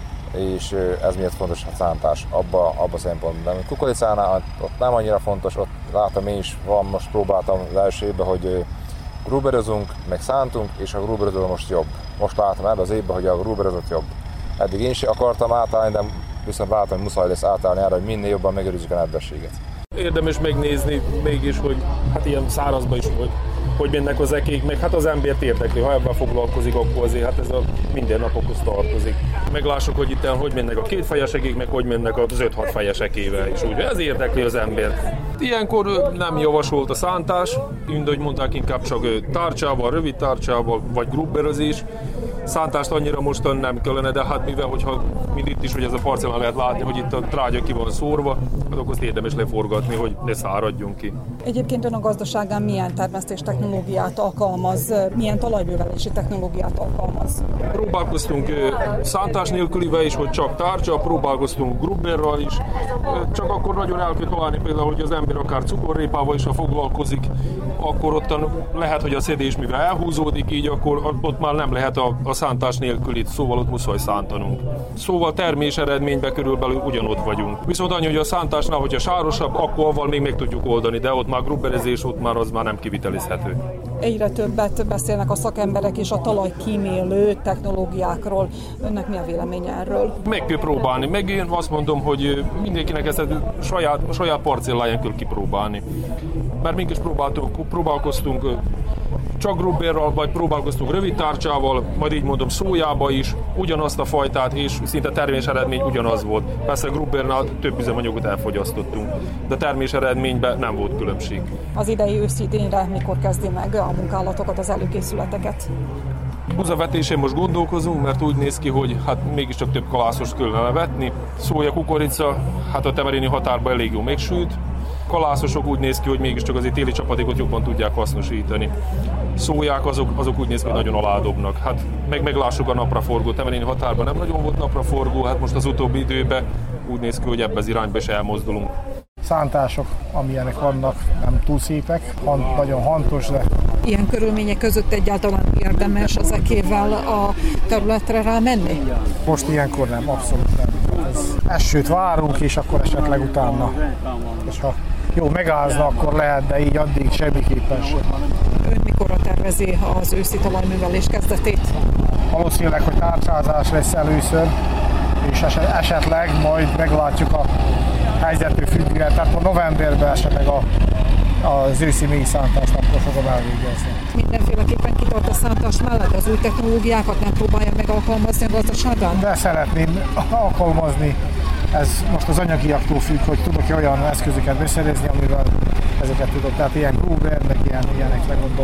és ez miért fontos a szántás abba, abba a szempontból. A kukoricánál ott nem annyira fontos, ott látom én is van, most próbáltam az első évben, hogy gruberozunk, meg szántunk, és a gruberozó most jobb. Most látom ebben az évben, hogy a gruberozott jobb. Eddig én sem akartam átállni, de viszont látom, hogy muszáj lesz átállni arra, hogy minél jobban megőrizzük a nedvességet. Érdemes megnézni mégis, hogy hát ilyen szárazban is, hogy hogy mennek az ekék, meg hát az embert érdekli, ha ebben foglalkozik, akkor azért hát ez a mindennapokhoz tartozik. Meglássuk, hogy itt hogy mennek a kétfejes ekék, meg hogy mennek az öt-hat fejes ekével, és úgy ez érdekli az embert. Ilyenkor nem javasolt a szántás, mindegy mondták, inkább csak tárcsával, rövid tárcsával, vagy grubberözés. Szántást annyira mostan nem kellene, de hát mivel, hogyha mind itt is, hogy ez a parcellán lehet látni, hogy itt a trágya ki van szórva, akkor azt érdemes leforgatni, hogy ne száradjunk ki. Egyébként ön a gazdaságán milyen termesztés technológiát alkalmaz, milyen talajművelési technológiát alkalmaz? Próbálkoztunk szántás nélkülivel is, hogy csak tárcsa, próbálkoztunk grubberral is, csak akkor nagyon el kell találni például, hogy az ember akár cukorrépával is, ha foglalkozik, akkor ott lehet, hogy a szedés mivel elhúzódik, így akkor ott már nem lehet a, a szántás nélkülit, szóval ott muszáj szántanunk. Szóval termés eredményben körülbelül ugyanott vagyunk. Viszont annyi, hogy a szántásnál, hogyha sárosabb, akkor avval még meg tudjuk oldani, de ott már grubberezés, ott már az már nem kivitelezhető. Egyre többet beszélnek a szakemberek és a talajkímélő technológiákról. Önnek mi a véleménye erről? Meg kell próbálni. Meg én azt mondom, hogy mindenkinek ezt a saját, a saját parcelláján kell kipróbálni. Mert mink is próbáltunk, próbálkoztunk csak grubberral, vagy próbálkoztunk rövid tárcsával, majd így mondom szójába is, ugyanazt a fajtát, és szinte termés eredmény ugyanaz volt. Persze a grubbernál több üzemanyagot elfogyasztottunk, de termés eredményben nem volt különbség. Az idei őszi idényre mikor kezdi meg a munkálatokat, az előkészületeket? Buzavetésén most gondolkozunk, mert úgy néz ki, hogy hát mégiscsak több kalászost kellene vetni. Szója, kukorica, hát a temeréni határban elég jó megsült. Kalászosok úgy néz ki, hogy mégiscsak azért téli csapadékot jobban tudják hasznosítani. Szóják azok, azok úgy néz ki, hogy nagyon aládobnak. Hát meg meglássuk a napraforgó. Temeréni határban nem nagyon volt napraforgó, hát most az utóbbi időben úgy néz ki, hogy ebbe az irányba is elmozdulunk. Szántások, amilyenek vannak, nem túl szépek, han, nagyon hantos, de... Ilyen körülmények között egyáltalán érdemes az ekével a területre rámenni? Most ilyenkor nem, abszolút nem. Ez esőt várunk, és akkor esetleg utána. És ha jó megázna, akkor lehet, de így addig semmiképpen sem. Ön mikorra tervezi az őszi talajművelés kezdetét? Valószínűleg, hogy tárcsázás lesz először, és esetleg majd meglátjuk a helyzetű függően, tehát novemberben esetleg a, az őszi mélyszántást akkor fogom elvégezni. Mindenféleképpen kitart a szántás mellett, az új technológiákat nem próbálja meg alkalmazni a gazdaságban? De szeretném alkalmazni, ez most az anyagiaktól függ, hogy tudok olyan eszközöket beszerezni, amivel ezeket tudok, tehát ilyen grúber, meg ilyen, ilyenekre gondolok.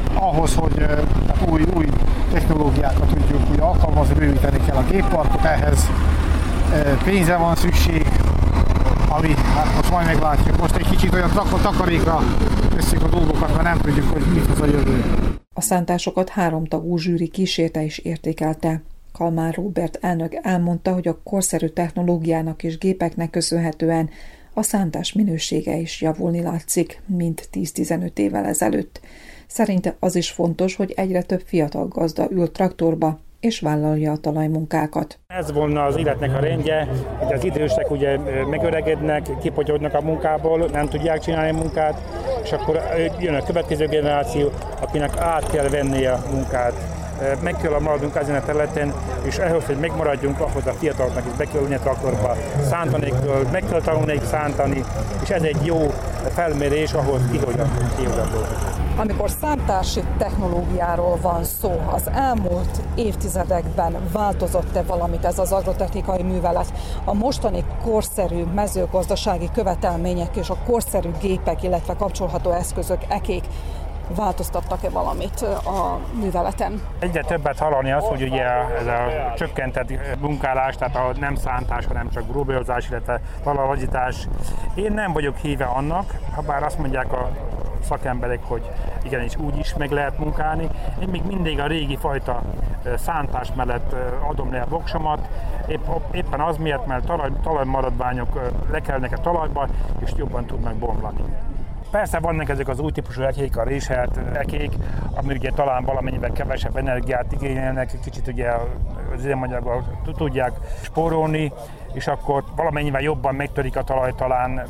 ahhoz, hogy új, új technológiákat tudjuk úgy alkalmazni, bővíteni kell a gépparkot, ehhez pénzre van szükség, ami, hát most majd meglátjuk. Most egy kicsit olyan takarékra veszik a dolgokat, mert nem tudjuk, hogy mit hoz a jövő. A szántásokat háromtagú zsűri kísérte és értékelte. Kalmár Róbert elnök elmondta, hogy a korszerű technológiának és gépeknek köszönhetően a szántás minősége is javulni látszik, mint tíz-tizenöt évvel ezelőtt. Szerinte az is fontos, hogy egyre több fiatal gazda ül traktorba, és vállalja a talajmunkákat. Ez volna az életnek a rendje, hogy az idősek ugye megöregednek, kipotyognak a munkából, nem tudják csinálni a munkát, és akkor jön a következő generáció, akinek át kell vennie a munkát. Meg kell maradnunk ezen a területen, és ehhez, hogy megmaradjunk, ahhoz a fiataloknak is be kell ülni a traktorba, szántani kell, meg kell tanulni szántani, és ez egy jó felmérés ahhoz, ki hogyan dolgozik. Amikor szántási technológiáról van szó, az elmúlt évtizedekben változott-e valamit ez az agrotechnikai művelet? A mostani korszerű mezőgazdasági követelmények és a korszerű gépek, illetve kapcsolható eszközök, ekék változtattak-e valamit a műveleten? Egyre többet hallani az, hogy ugye ez a csökkentett munkálás, tehát a nem szántás, hanem csak grúbeozás, illetve talajlazítás. Én nem vagyok híve annak, ha bár azt mondják a szakemberek, hogy igenis úgy is meg lehet munkálni. Én még mindig a régi fajta szántás mellett adom le a voksomat, épp, éppen az miatt, mert talaj, talajmaradványok lekelnek a talajba, és jobban tudnak bomlani. Persze vannak ezek az új típusú ekék, a réselt ekék, ami ugye talán valamennyiben kevesebb energiát igényelnek, kicsit ugye az üzemanyaggal tudják spórolni, és akkor valamennyivel jobban megtörik a talaj talán,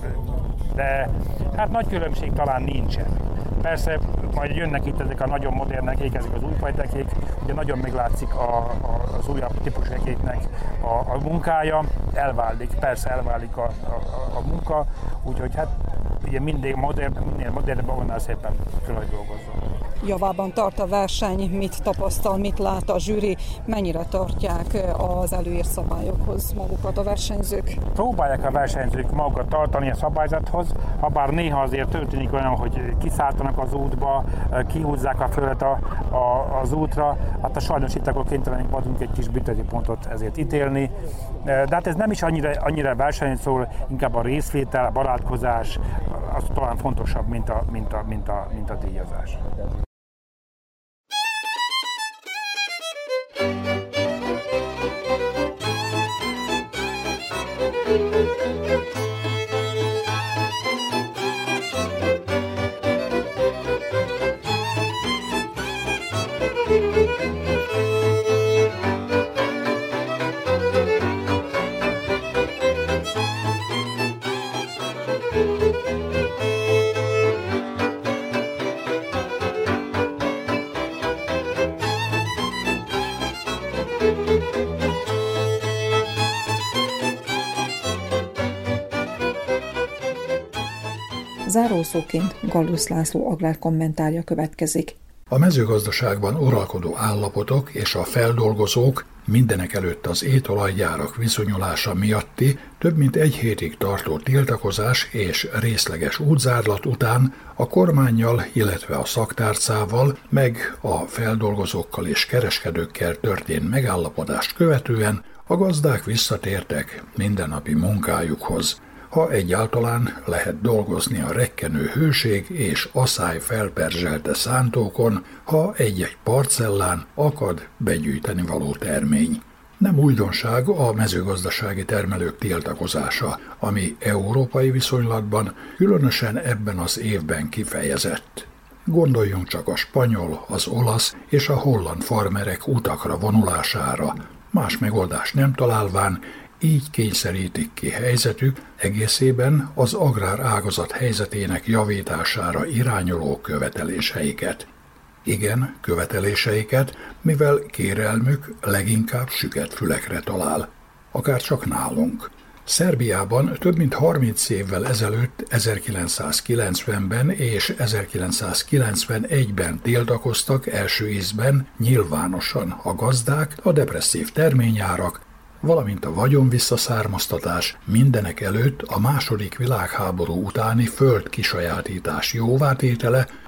de hát nagy különbség talán nincsen. Persze majd jönnek itt ezek a nagyon modern ekék, ezek az újfajta ekék, ugye nagyon meglátszik a, a, az újabb típusú ekéknek a, a munkája, elválik, persze elválik a, a, a munka, úgyhogy hát ugye mindig modern, minél modernebb, annál szépen kell, hogy dolgozzon. Javában tart a verseny, mit tapasztal, mit lát a zsűri, mennyire tartják az előírt szabályokhoz magukat a versenyzők? Próbálják a versenyzők magukat tartani a szabályzathoz, habár néha azért történik olyan, hogy kiszálltanak az útba, kihúzzák a földet a, a, az útra, hát a sajnos itt akkor kénytelenek vagyunk egy kis büntetőpontot ezért ítélni. De hát ez nem is annyira, annyira verseny szól, inkább a részvétel, a barátkozás, az talán fontosabb, mint a, mint a, mint a, mint a díjazás. Zárószóként Gallusz László agrárkommentárja következik. A mezőgazdaságban uralkodó állapotok és a feldolgozók, mindenek előtt az étolajgyárak viszonyulása miatti több mint egy hétig tartó tiltakozás és részleges útzárlat után a kormánnyal, illetve a szaktárcával, meg a feldolgozókkal és kereskedőkkel történt megállapodást követően a gazdák visszatértek mindennapi munkájukhoz. Ha egyáltalán lehet dolgozni a rekkenő hőség és aszály felperzselte szántókon, ha egy-egy parcellán akad begyűjteni való termény. Nem újdonság a mezőgazdasági termelők tiltakozása, ami európai viszonylatban, különösen ebben az évben kifejezett. Gondoljunk csak a spanyol, az olasz és a holland farmerek utakra vonulására, más megoldást nem találván, így kényszerítik ki helyzetük egészében az agrár ágazat helyzetének javítására irányuló követeléseiket. Igen, követeléseiket, mivel kérelmük leginkább süket fülekre talál, akár csak nálunk. Szerbiában több mint harminc évvel ezelőtt ezerkilencszázkilencvenben és ezerkilencszázkilencvenegyben tiltakoztak első ízben nyilvánosan a gazdák, a depresszív terményárak, valamint a vagyonvisszaszármaztatás, mindenek előtt a második világháború utáni földkisajátítás jóvátétele,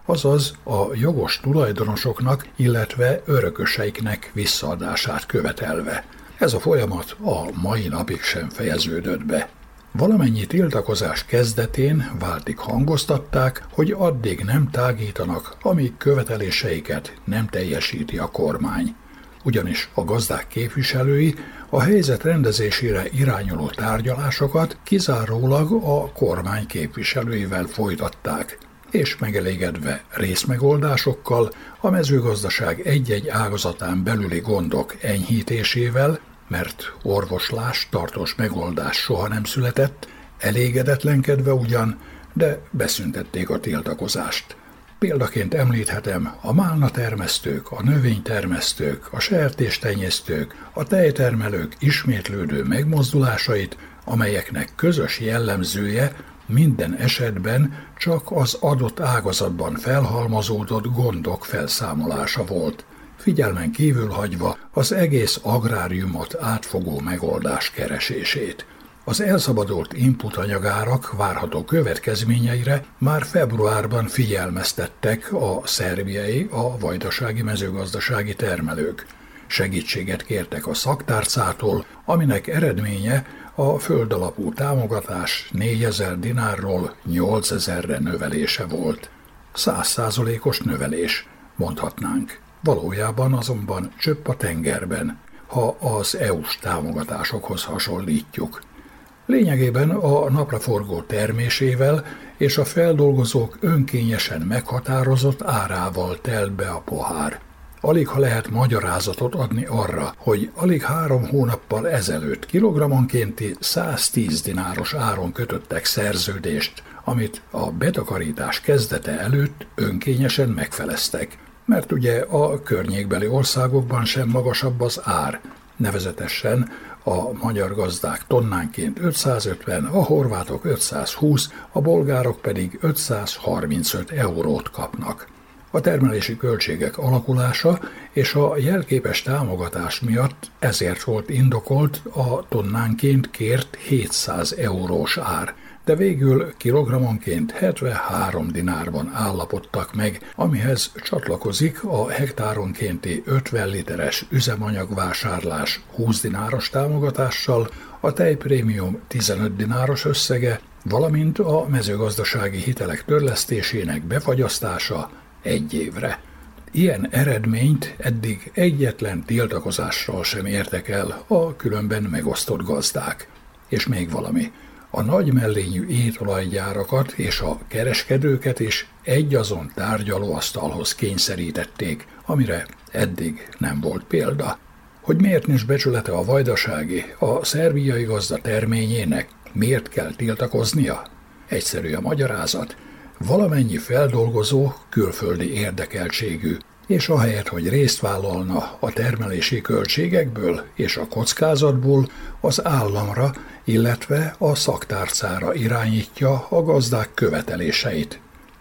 azaz a jogos tulajdonosoknak, illetve örököseiknek visszaadását követelve. Ez a folyamat a mai napig sem fejeződött be. Valamennyi tiltakozás kezdetén váltig hangoztatták, hogy addig nem tágítanak, amíg követeléseiket nem teljesíti a kormány. Ugyanis a gazdák képviselői a helyzet rendezésére irányuló tárgyalásokat kizárólag a kormány képviselőivel folytatták, és megelégedve részmegoldásokkal, a mezőgazdaság egy-egy ágazatán belüli gondok enyhítésével, mert orvoslás, tartós megoldás soha nem született, elégedetlenkedve ugyan, de beszüntették a tiltakozást. Példaként említhetem a málnatermesztők, a növénytermesztők, a sertéstenyésztők, a tejtermelők ismétlődő megmozdulásait, amelyeknek közös jellemzője minden esetben csak az adott ágazatban felhalmozódott gondok felszámolása volt, figyelmen kívül hagyva az egész agráriumot átfogó megoldás keresését. Az elszabadult inputanyagárak várható következményeire már februárban figyelmeztettek a szerbiai, a vajdasági mezőgazdasági termelők. Segítséget kértek a szaktárcától, aminek eredménye a földalapú támogatás négyezer dinárról nyolcezerre növelése volt. Száz százalékos növelés, mondhatnánk. Valójában azonban csöpp a tengerben, ha az é u-s támogatásokhoz hasonlítjuk. Lényegében a napraforgó termésével és a feldolgozók önkényesen meghatározott árával telt be a pohár. Alig ha lehet magyarázatot adni arra, hogy alig három hónappal ezelőtt kilogrammonkénti száztíz dináros áron kötöttek szerződést, amit a betakarítás kezdete előtt önkényesen megfeleztek. Mert ugye a környékbeli országokban sem magasabb az ár, nevezetesen a magyar gazdák tonnánként ötszázötven, a horvátok ötszázhúsz, a bolgárok pedig ötszázharmincöt eurót kapnak. A termelési költségek alakulása és a jelképes támogatás miatt ezért volt indokolt a tonnánként kért hétszáz eurós ár, de végül kilogrammonként hetvenhárom dinárban állapodtak meg, amihez csatlakozik a hektáronkénti ötven literes üzemanyagvásárlás húsz dináros támogatással, a tejprémium tizenöt dináros összege, valamint a mezőgazdasági hitelek törlesztésének befagyasztása egy évre. Ilyen eredményt eddig egyetlen tiltakozással sem értek el a különben megosztott gazdák. És még valami. A nagy mellényű étolajgyárakat és a kereskedőket is egyazon tárgyalóasztalhoz kényszerítették, amire eddig nem volt példa. Hogy miért nincs becsülete a vajdasági, a szerbiai gazda terményének, miért kell tiltakoznia? Egyszerű a magyarázat. Valamennyi feldolgozó külföldi érdekeltségű, és ahelyett, hogy részt vállalna a termelési költségekből és a kockázatból, az államra, illetve a szaktárcára irányítja a gazdák követeléseit.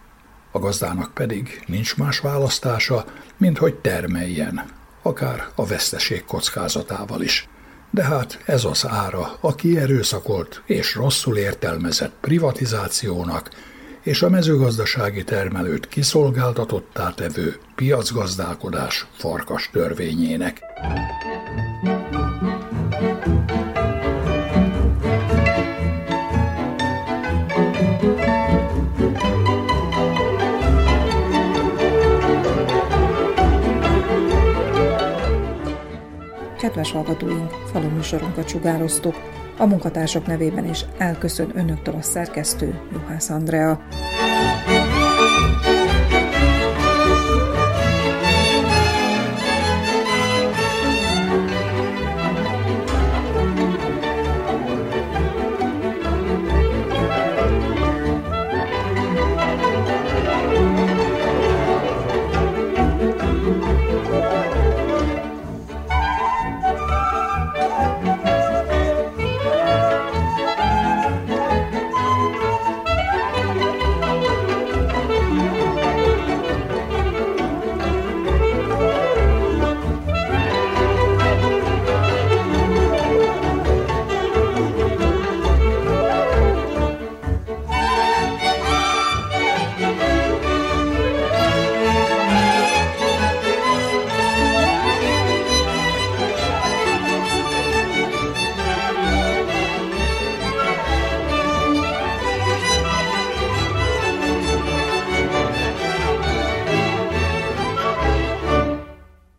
A gazdának pedig nincs más választása, mint hogy termeljen, akár a veszteség kockázatával is. De hát ez az ára a kierőszakolt és rosszul értelmezett privatizációnak, és a mezőgazdasági termelőt kiszolgáltatottá tevő piacgazdálkodás farkas törvényének. Kedves hallgatóink, faluműsorunkat sugároztuk. A munkatársak nevében is elköszön önöktől a szerkesztő, Juhász Andrea.